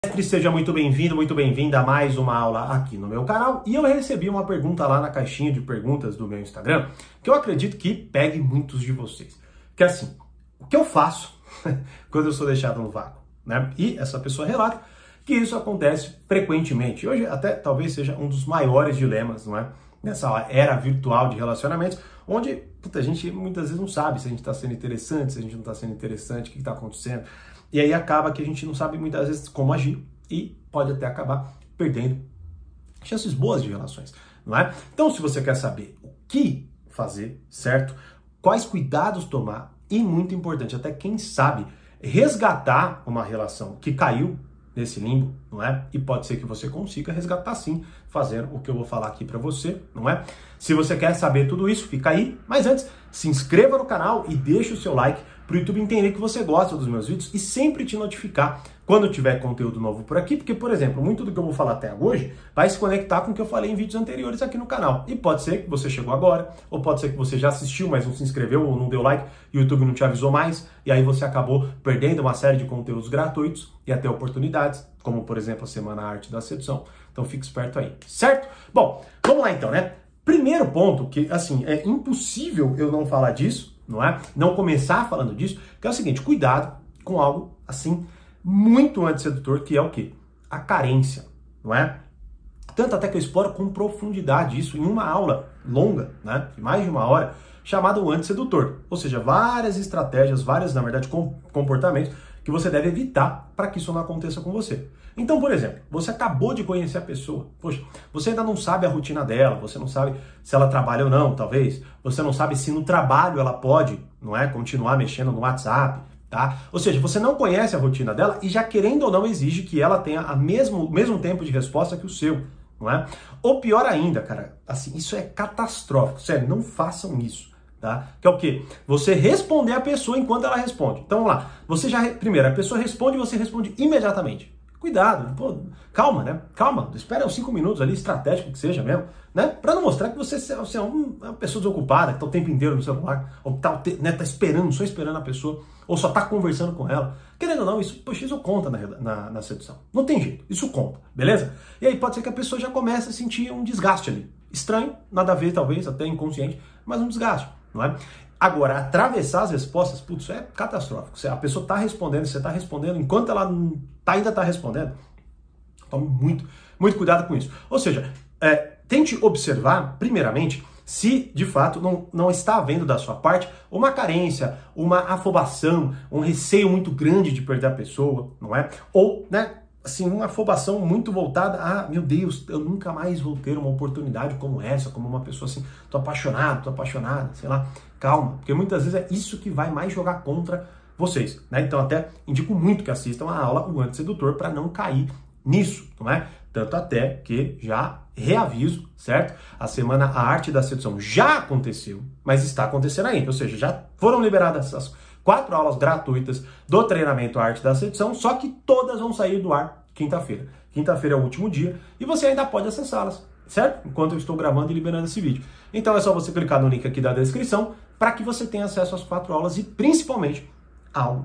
Seja muito bem-vindo, muito bem-vinda a mais uma aula aqui no meu canal. E eu recebi uma pergunta lá na caixinha de perguntas do meu Instagram, que eu acredito que pegue muitos de vocês. Que é assim, o que eu faço quando eu sou deixado no vácuo, né? E essa pessoa relata que isso acontece frequentemente. Hoje até talvez seja um dos maiores dilemas, não é? Nessa era virtual de relacionamentos, onde a gente muitas vezes não sabe se a gente está sendo interessante, se a gente não está sendo interessante, o que está acontecendo. E aí acaba que a gente não sabe muitas vezes como agir e pode até acabar perdendo chances boas de relações, não é? Então, se você quer saber o que fazer, certo? Quais cuidados tomar e, muito importante, até quem sabe, resgatar uma relação que caiu nesse limbo, não é? E pode ser que você consiga resgatar sim, fazendo o que eu vou falar aqui para você, não é? Se você quer saber tudo isso, fica aí. Mas antes, se inscreva no canal e deixe o seu like para o YouTube entender que você gosta dos meus vídeos e sempre te notificar quando tiver conteúdo novo por aqui, porque, por exemplo, muito do que eu vou falar até hoje vai se conectar com o que eu falei em vídeos anteriores aqui no canal. E pode ser que você chegou agora, ou pode ser que você já assistiu, mas não se inscreveu ou não deu like, e o YouTube não te avisou mais, e aí você acabou perdendo uma série de conteúdos gratuitos e até oportunidades, como, por exemplo, a Semana Arte da Sedução. Então fique esperto aí, certo? Bom, vamos lá então, né? Primeiro ponto, que assim, é impossível eu não falar disso, não é? Não começar falando disso, que é o seguinte, cuidado com algo assim, muito antissedutor, que é o quê? A carência, não é? Tanto até que eu exploro com profundidade isso em uma aula longa, né? De mais de uma hora, chamada o antissedutor. Ou seja, várias estratégias, vários, na verdade, comportamentos que você deve evitar para que isso não aconteça com você. Então, por exemplo, você acabou de conhecer a pessoa, poxa, você ainda não sabe a rotina dela, você não sabe se ela trabalha ou não, talvez, você não sabe se no trabalho ela pode, não é, continuar mexendo no WhatsApp, tá? Ou seja, você não conhece a rotina dela e já querendo ou não exige que ela tenha o mesmo tempo de resposta que o seu, não é? Ou pior ainda, cara, assim, isso é catastrófico, sério, não façam isso. Tá? Que é o quê? Você responder a pessoa enquanto ela responde. Então vamos lá. Você primeiro, a pessoa responde e você responde imediatamente. Cuidado, pô, calma, né? Calma, espera uns 5 minutos ali, estratégico que seja mesmo, né? Pra não mostrar que você é uma pessoa desocupada, que tá o tempo inteiro no celular, ou que tá esperando, só esperando a pessoa, ou só tá conversando com ela. Querendo ou não, isso conta na sedução. Não tem jeito, isso conta, beleza? E aí pode ser que a pessoa já comece a sentir um desgaste ali. Estranho, nada a ver, talvez, até inconsciente, mas um desgaste. Não é? Agora, atravessar as respostas, putz, isso é catastrófico. A pessoa está respondendo, você está respondendo, enquanto ela ainda está respondendo, tome muito cuidado com isso. Ou seja, tente observar, primeiramente, se de fato não está havendo da sua parte uma carência, uma afobação, um receio muito grande de perder a pessoa, não é? Ou, né? Assim, uma afobação muito voltada a, meu Deus, eu nunca mais vou ter uma oportunidade como essa, como uma pessoa assim, tô apaixonada, sei lá, calma, porque muitas vezes é isso que vai mais jogar contra vocês, né? Então até indico muito que assistam a aula O Antissedutor para não cair nisso, não é? Tanto até que já reaviso, certo? A Semana A Arte da Sedução já aconteceu, mas está acontecendo ainda, ou seja, já foram liberadas as 4 aulas gratuitas do treinamento Arte da Sedução, só que todas vão sair do ar quinta-feira. Quinta-feira é o último dia e você ainda pode acessá-las, certo? Enquanto eu estou gravando e liberando esse vídeo. Então é só você clicar no link aqui da descrição para que você tenha acesso às 4 aulas e principalmente algo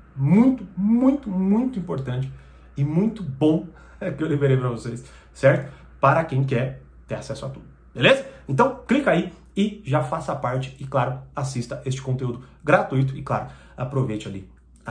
muito importante e muito bom que eu liberei para vocês, certo? Para quem quer ter acesso a tudo, beleza? Então clica aí e já faça parte e, claro, assista este conteúdo gratuito e, claro, aproveite ali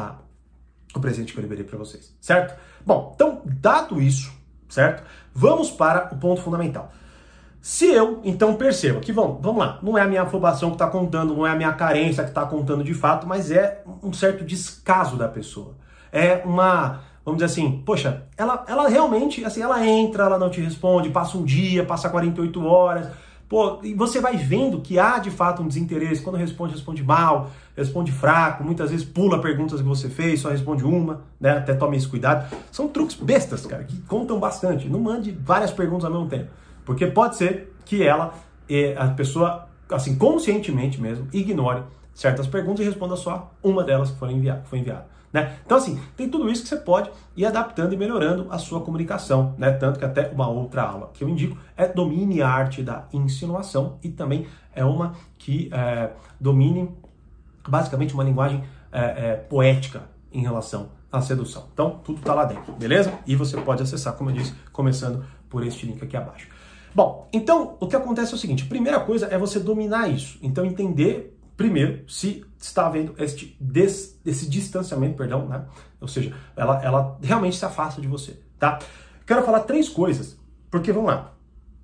o presente que eu liberei para vocês, certo? Bom, então, dado isso, certo? Vamos para o ponto fundamental. Se eu, então, percebo que, vamos lá, não é a minha afobação que está contando, não é a minha carência que está contando de fato, mas é um certo descaso da pessoa. É vamos dizer assim, poxa, ela realmente, assim, ela entra, ela não te responde, passa um dia, passa 48 horas... Pô, e você vai vendo que há de fato um desinteresse. Quando responde mal, responde fraco, muitas vezes pula perguntas que você fez, só responde uma, né? Até tome esse cuidado. São truques bestas, cara, que contam bastante. Não mande várias perguntas ao mesmo tempo. Porque pode ser que a pessoa, assim, conscientemente mesmo, ignore certas perguntas e responda só uma delas que foi enviada. Né? Então, assim, tem tudo isso que você pode ir adaptando e melhorando a sua comunicação, né? Tanto que até uma outra aula que eu indico é domine a arte da insinuação e também é uma que domine basicamente uma linguagem poética em relação a sedução. Então, tudo tá lá dentro, beleza? E você pode acessar, como eu disse, começando por este link aqui abaixo. Bom, então, o que acontece é o seguinte, a primeira coisa é você dominar isso. Então, entender, primeiro, se está havendo esse distanciamento, perdão, né? Ou seja, ela realmente se afasta de você, tá? Quero falar 3 coisas, porque, vamos lá,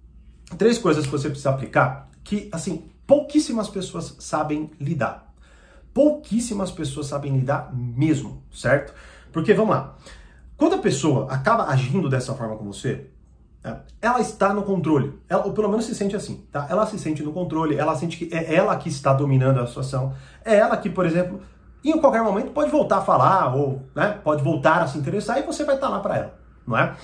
3 coisas que você precisa aplicar que, assim, pouquíssimas pessoas sabem lidar. Pouquíssimas pessoas sabem lidar mesmo, certo? Porque, vamos lá, quando a pessoa acaba agindo dessa forma com você, ela está no controle, ou pelo menos se sente assim, tá? Ela se sente no controle, ela sente que é ela que está dominando a situação, é ela que, por exemplo, em qualquer momento pode voltar a falar, ou né, pode voltar a se interessar e você vai estar lá para ela, não é?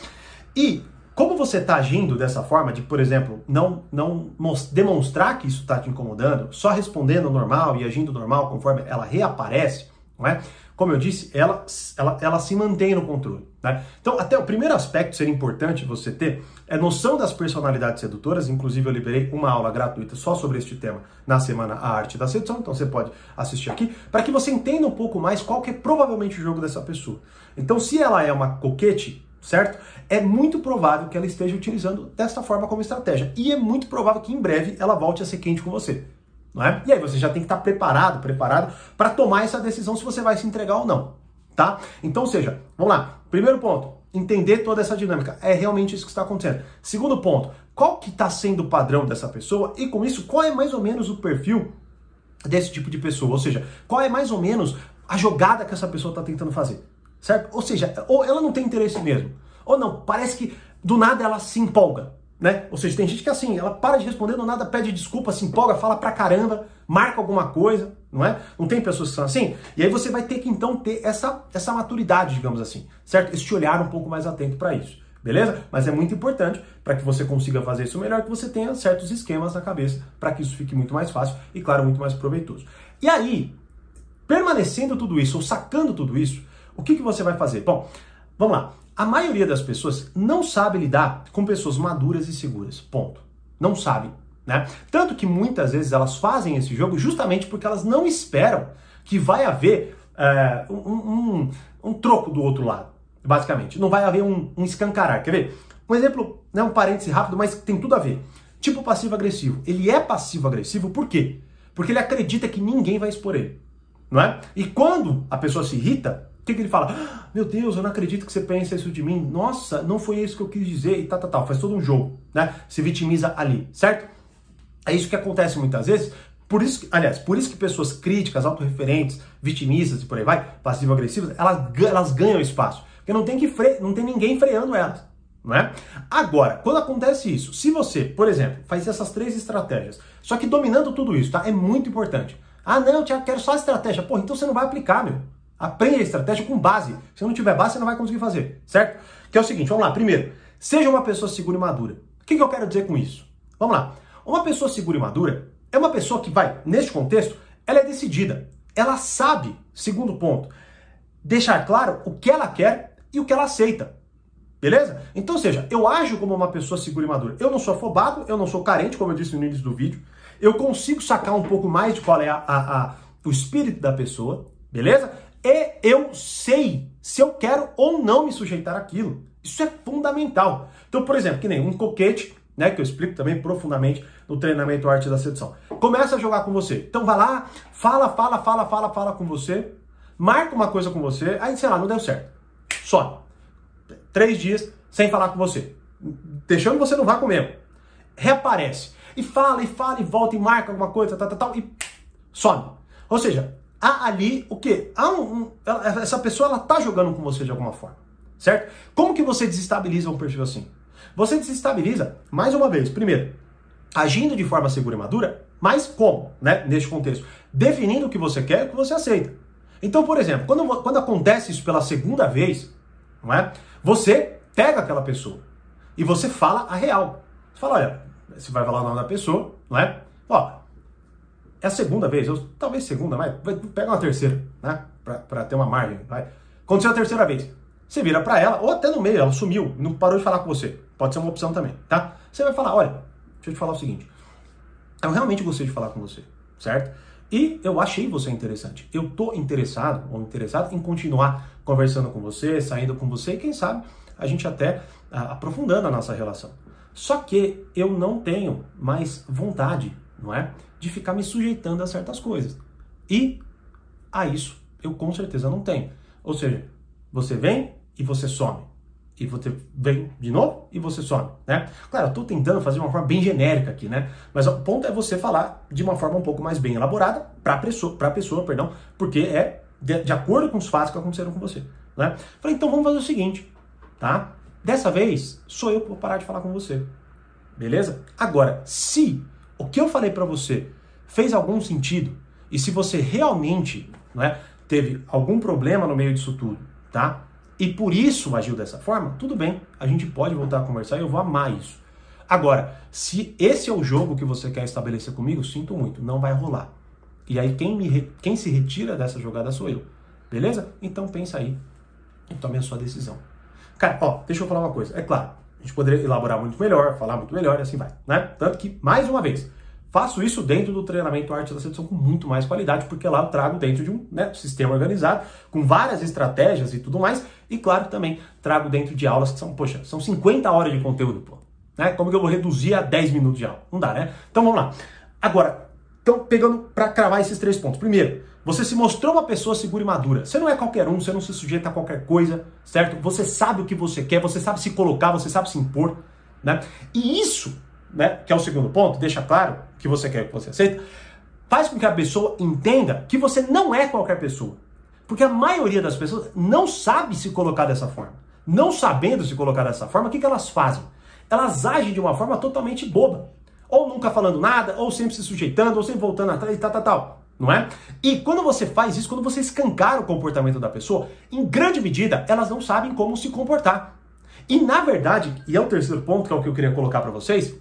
E como você está agindo dessa forma, de, por exemplo, não demonstrar que isso está te incomodando, só respondendo normal e agindo normal conforme ela reaparece, não é? Como eu disse, ela se mantém no controle, né? Então, até o primeiro aspecto que seria importante você ter é noção das personalidades sedutoras. Inclusive, eu liberei uma aula gratuita só sobre este tema na semana A Arte da Sedução, então você pode assistir aqui, para que você entenda um pouco mais qual que é provavelmente o jogo dessa pessoa. Então, se ela é uma coquete, certo? É muito provável que ela esteja utilizando desta forma como estratégia. E é muito provável que em breve ela volte a ser quente com você. Não é? E aí você já tem que estar preparado para tomar essa decisão se você vai se entregar ou não, tá? Então, ou seja, vamos lá. Primeiro ponto, entender toda essa dinâmica. É realmente isso que está acontecendo. Segundo ponto, qual que está sendo o padrão dessa pessoa e com isso, qual é mais ou menos o perfil desse tipo de pessoa? Ou seja, qual é mais ou menos a jogada que essa pessoa está tentando fazer, certo? Ou seja, ou ela não tem interesse mesmo, ou não, parece que do nada ela se empolga. Né? Ou seja, tem gente que assim, ela para de responder, do nada pede desculpa, se empolga, fala pra caramba, marca alguma coisa, não é? Não tem pessoas que são assim? E aí você vai ter que então ter essa maturidade, digamos assim, certo? Este olhar um pouco mais atento para isso, beleza? Mas é muito importante para que você consiga fazer isso melhor, que você tenha certos esquemas na cabeça para que isso fique muito mais fácil e, claro, muito mais proveitoso. E aí, permanecendo tudo isso, ou sacando tudo isso, o que você vai fazer? Bom, vamos lá. A maioria das pessoas não sabe lidar com pessoas maduras e seguras, ponto. Não sabe, né? Tanto que muitas vezes elas fazem esse jogo justamente porque elas não esperam que vai haver um troco do outro lado, basicamente. Não vai haver um escancarar, quer ver? Um exemplo, né, um parêntese rápido, mas tem tudo a ver. Tipo passivo-agressivo. Ele é passivo-agressivo por quê? Porque ele acredita que ninguém vai expor ele, não é? E quando a pessoa se irrita, o que ele fala? Ah, meu Deus, eu não acredito que você pensa isso de mim. Nossa, não foi isso que eu quis dizer e tal. Faz todo um jogo, né? Se vitimiza ali, certo? É isso que acontece muitas vezes. Por isso que pessoas críticas, autorreferentes, vitimistas e por aí vai, passivo-agressivas, elas ganham espaço. Porque não tem ninguém freando elas, não é? Agora, quando acontece isso, se você, por exemplo, faz essas 3 estratégias, só que dominando tudo isso, tá? É muito importante. Ah, não, Thiago, quero só a estratégia. Pô, então você não vai aplicar, meu. Aprenda a estratégia com base. Se não tiver base, você não vai conseguir fazer, certo? Que é o seguinte, vamos lá. Primeiro, seja uma pessoa segura e madura. O que eu quero dizer com isso? Vamos lá. Uma pessoa segura e madura é uma pessoa que vai, neste contexto, ela é decidida. Ela sabe, segundo ponto, deixar claro o que ela quer e o que ela aceita. Beleza? Então, ou seja, eu ajo como uma pessoa segura e madura. Eu não sou afobado, eu não sou carente, como eu disse no início do vídeo. Eu consigo sacar um pouco mais de qual é o espírito da pessoa, beleza? E eu sei se eu quero ou não me sujeitar àquilo. Isso é fundamental. Então, por exemplo, que nem um coquete, né, que eu explico também profundamente no treinamento Arte da Sedução. Começa a jogar com você. Então vai lá, fala com você, marca uma coisa com você, aí sei lá, não deu certo. Some. 3 dias sem falar com você. Deixando você no vácuo mesmo. Reaparece. E fala, e volta, e marca alguma coisa, e some. Ou seja, há ali o quê? Essa pessoa, ela tá jogando com você de alguma forma, certo? Como que você desestabiliza um perfil assim? Você desestabiliza, mais uma vez, primeiro, agindo de forma segura e madura, mas como, né? Neste contexto, definindo o que você quer e o que você aceita. Então, por exemplo, quando acontece isso pela segunda vez, não é? Você pega aquela pessoa e você fala a real. Você fala, olha, você vai falar o nome da pessoa, não é? Ó, é a segunda vez, talvez segunda, mas pega uma terceira, né? Pra ter uma margem, vai. Aconteceu a terceira vez. Você vira pra ela, ou até no meio, ela sumiu, não parou de falar com você. Pode ser uma opção também, tá? Você vai falar, olha, deixa eu te falar o seguinte. Eu realmente gostei de falar com você, certo? E eu achei você interessante. Eu tô interessado ou interessado em continuar conversando com você, saindo com você e quem sabe a gente até aprofundando a nossa relação. Só que eu não tenho mais vontade, não é, de ficar me sujeitando a certas coisas. E a isso eu com certeza não tenho. Ou seja, você vem e você some. E você vem de novo e você some, né? Claro, eu tô tentando fazer uma forma bem genérica aqui, né? Mas o ponto é você falar de uma forma um pouco mais bem elaborada para a pessoa, porque é de acordo com os fatos que aconteceram com você, né? Falei, então vamos fazer o seguinte, tá? Dessa vez, sou eu que vou parar de falar com você, beleza? Agora, se o que eu falei para você fez algum sentido e se você realmente, né, teve algum problema no meio disso tudo, tá? E por isso agiu dessa forma, tudo bem, a gente pode voltar a conversar e eu vou amar isso. Agora, se esse é o jogo que você quer estabelecer comigo, sinto muito, não vai rolar. E aí quem se retira dessa jogada sou eu, beleza? Então pensa aí e tome a sua decisão. Cara, ó, deixa eu falar uma coisa, é claro, a gente poderia elaborar muito melhor, falar muito melhor e assim vai, né? Tanto que, mais uma vez, faço isso dentro do treinamento Arte da Sedução com muito mais qualidade, porque lá eu trago dentro de um, né, sistema organizado, com várias estratégias e tudo mais, e claro, também trago dentro de aulas que são, poxa, são 50 horas de conteúdo, pô. Né? Como que eu vou reduzir a 10 minutos de aula? Não dá, né? Então vamos lá. Agora, então pegando para cravar esses 3 pontos. Primeiro, você se mostrou uma pessoa segura e madura. Você não é qualquer um, você não se sujeita a qualquer coisa, certo? Você sabe o que você quer, você sabe se colocar, você sabe se impor, né? E isso, né, que é o segundo ponto, deixa claro que você quer, que você aceita, faz com que a pessoa entenda que você não é qualquer pessoa. Porque a maioria das pessoas não sabe se colocar dessa forma. Não sabendo se colocar dessa forma, o que elas fazem? Elas agem de uma forma totalmente boba. Ou nunca falando nada, ou sempre se sujeitando, ou sempre voltando atrás e tal. Não é? E quando você faz isso, quando você escancara o comportamento da pessoa, em grande medida, elas não sabem como se comportar. E na verdade, e é o terceiro ponto, que é o que eu queria colocar para vocês,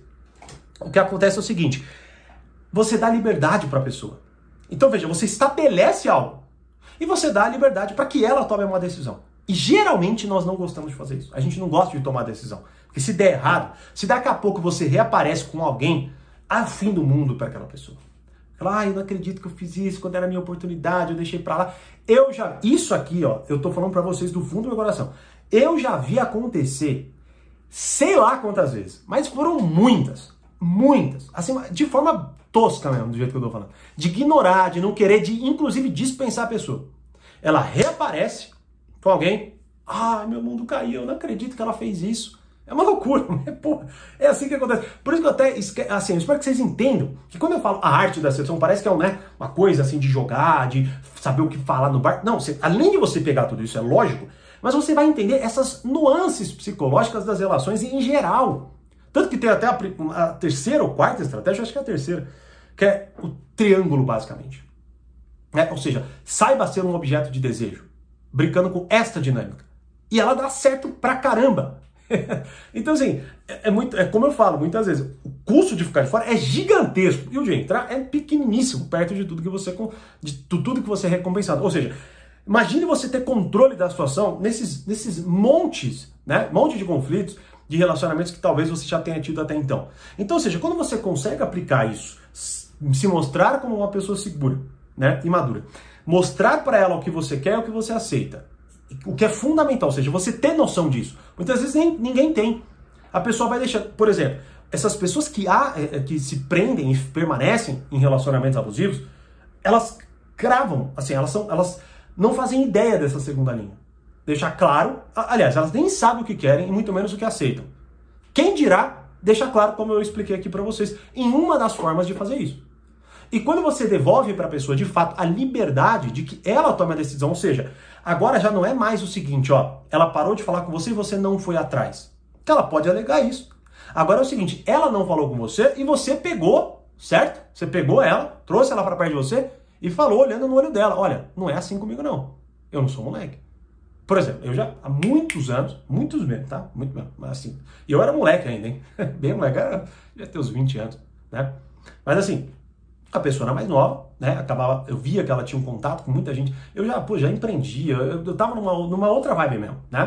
o que acontece é o seguinte, você dá liberdade para a pessoa. Então veja, você estabelece algo e você dá a liberdade para que ela tome uma decisão. E geralmente nós não gostamos de fazer isso. A gente não gosta de tomar decisão. Porque se der errado, se daqui a pouco você reaparece com alguém, é o fim do mundo para aquela pessoa. Fala, eu não acredito que eu fiz isso, quando era a minha oportunidade, eu deixei para lá. Isso aqui, ó, eu tô falando para vocês do fundo do meu coração. Eu já vi acontecer, sei lá quantas vezes, mas foram muitas, assim, de forma tosca mesmo, do jeito que eu tô falando. De ignorar, de não querer, de inclusive dispensar a pessoa. Ela reaparece com alguém, meu mundo caiu, eu não acredito que ela fez isso. É uma loucura, né? Porra, é assim que acontece. Por isso que eu até, assim, eu espero que vocês entendam que quando eu falo a arte da sedução, parece que é uma coisa assim de jogar, de saber o que falar no bar. Não, além de você pegar tudo isso, é lógico, mas você vai entender essas nuances psicológicas das relações em geral. Tanto que tem até a terceira ou quarta estratégia, acho que é a terceira, que é o triângulo, basicamente. Ou seja, saiba ser um objeto de desejo, brincando com esta dinâmica. E ela dá certo pra caramba. Então, assim, é como eu falo muitas vezes, o custo de ficar de fora é gigantesco e o de entrar é pequeniníssimo, perto de tudo que você é recompensado. Ou seja, imagine você ter controle da situação nesses montes, né? Monte de conflitos, de relacionamentos que talvez você já tenha tido até então. Então, ou seja, quando você consegue aplicar isso, se mostrar como uma pessoa segura, né, e madura, mostrar para ela o que você quer e o que você aceita, o que é fundamental, ou seja, você ter noção disso. Muitas vezes ninguém tem. A pessoa vai deixar, por exemplo, essas pessoas que se prendem e permanecem em relacionamentos abusivos, elas cravam, assim, elas não fazem ideia dessa segunda linha. Deixar claro, aliás, elas nem sabem o que querem e muito menos o que aceitam. Quem dirá, deixa claro, como eu expliquei aqui para vocês, em uma das formas de fazer isso. E quando você devolve para a pessoa, de fato, a liberdade de que ela tome a decisão, ou seja, agora já não é mais o seguinte, ó, ela parou de falar com você e você não foi atrás. Então ela pode alegar isso. Agora é o seguinte, ela não falou com você e você pegou, certo? Você pegou ela, trouxe ela para perto de você e falou, olhando no olho dela, olha, não é assim comigo não, eu não sou moleque. Por exemplo, eu já há muitos anos, muitos mesmo, tá? Muito mesmo, mas assim, e eu era moleque ainda, hein? Bem moleque, já ter uns 20 anos, né? Mas assim, a pessoa era mais nova, né? Eu via que ela tinha um contato com muita gente. Eu já empreendia, eu tava numa outra vibe mesmo, né?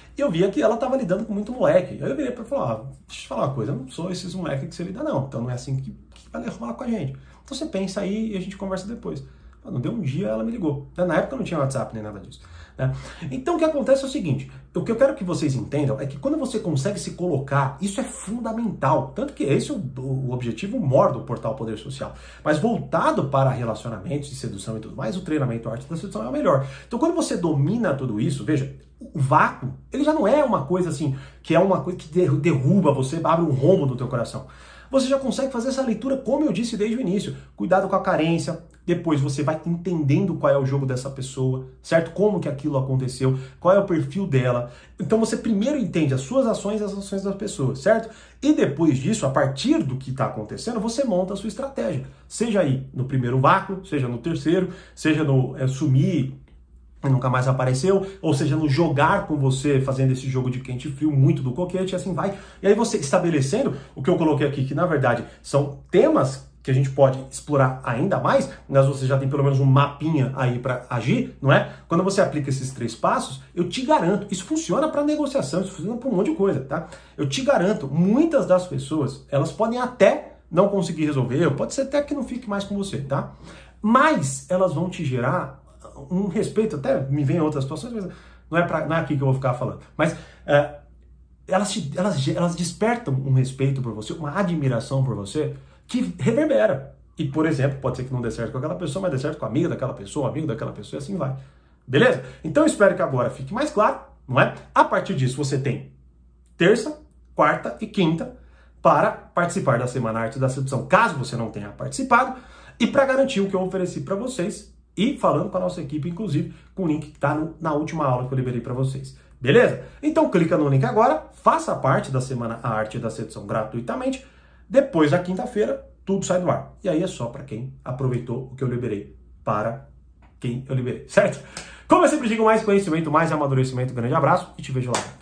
eu via que ela estava lidando com muito moleque. Aí eu virei para falar, deixa eu te falar uma coisa, eu não sou esses moleques que você lida não, então não é assim que vai rolar com a gente. Então você pensa aí e a gente conversa depois. Não deu um dia, ela me ligou. Na época não tinha WhatsApp nem nada disso. Né? Então o que acontece é o seguinte, o que eu quero que vocês entendam é que quando você consegue se colocar, isso é fundamental. Tanto que esse é o objetivo maior do portal Poder Social. Mas voltado para relacionamentos e sedução e tudo mais, o treinamento Arte da Sedução é o melhor. Então quando você domina tudo isso, veja, o vácuo, ele já não é uma coisa assim, que é uma coisa que derruba você, abre um rombo no teu coração. Você já consegue fazer essa leitura, como eu disse desde o início. Cuidado com a carência, depois você vai entendendo qual é o jogo dessa pessoa, certo? Como que aquilo aconteceu, qual é o perfil dela. Então você primeiro entende as suas ações e as ações das pessoas, certo? E depois disso, a partir do que está acontecendo, você monta a sua estratégia. Seja aí no primeiro vácuo, seja no terceiro, seja no sumir e nunca mais apareceu, ou seja, no jogar com você, fazendo esse jogo de quente e frio, muito do coquete, e assim vai. E aí você estabelecendo o que eu coloquei aqui, que na verdade são temas que a gente pode explorar ainda mais, mas você já tem pelo menos um mapinha aí para agir, não é? Quando você aplica esses 3 passos, eu te garanto, isso funciona para negociação, isso funciona para um monte de coisa, tá? Eu te garanto, muitas das pessoas, elas podem até não conseguir resolver, pode ser até que não fique mais com você, tá? Mas elas vão te gerar um respeito, até me vem em outras situações, mas não é aqui que eu vou ficar falando. Mas elas despertam um respeito por você, uma admiração por você, que reverbera. E, por exemplo, pode ser que não dê certo com aquela pessoa, mas dê certo com a amiga daquela pessoa, amigo daquela pessoa, e assim vai. Beleza? Então eu espero que agora fique mais claro, não é? A partir disso você tem terça, quarta e quinta para participar da Semana Arte da Sedução, caso você não tenha participado, e para garantir o que eu ofereci para vocês, e falando com a nossa equipe, inclusive, com o link que está na última aula que eu liberei para vocês. Beleza? Então clica no link agora, faça parte da Semana A Arte da Sedução gratuitamente. Depois da quinta-feira, tudo sai do ar. E aí é só para quem aproveitou o que eu liberei para quem eu liberei, certo? Como eu sempre digo, mais conhecimento, mais amadurecimento. Grande abraço e te vejo lá.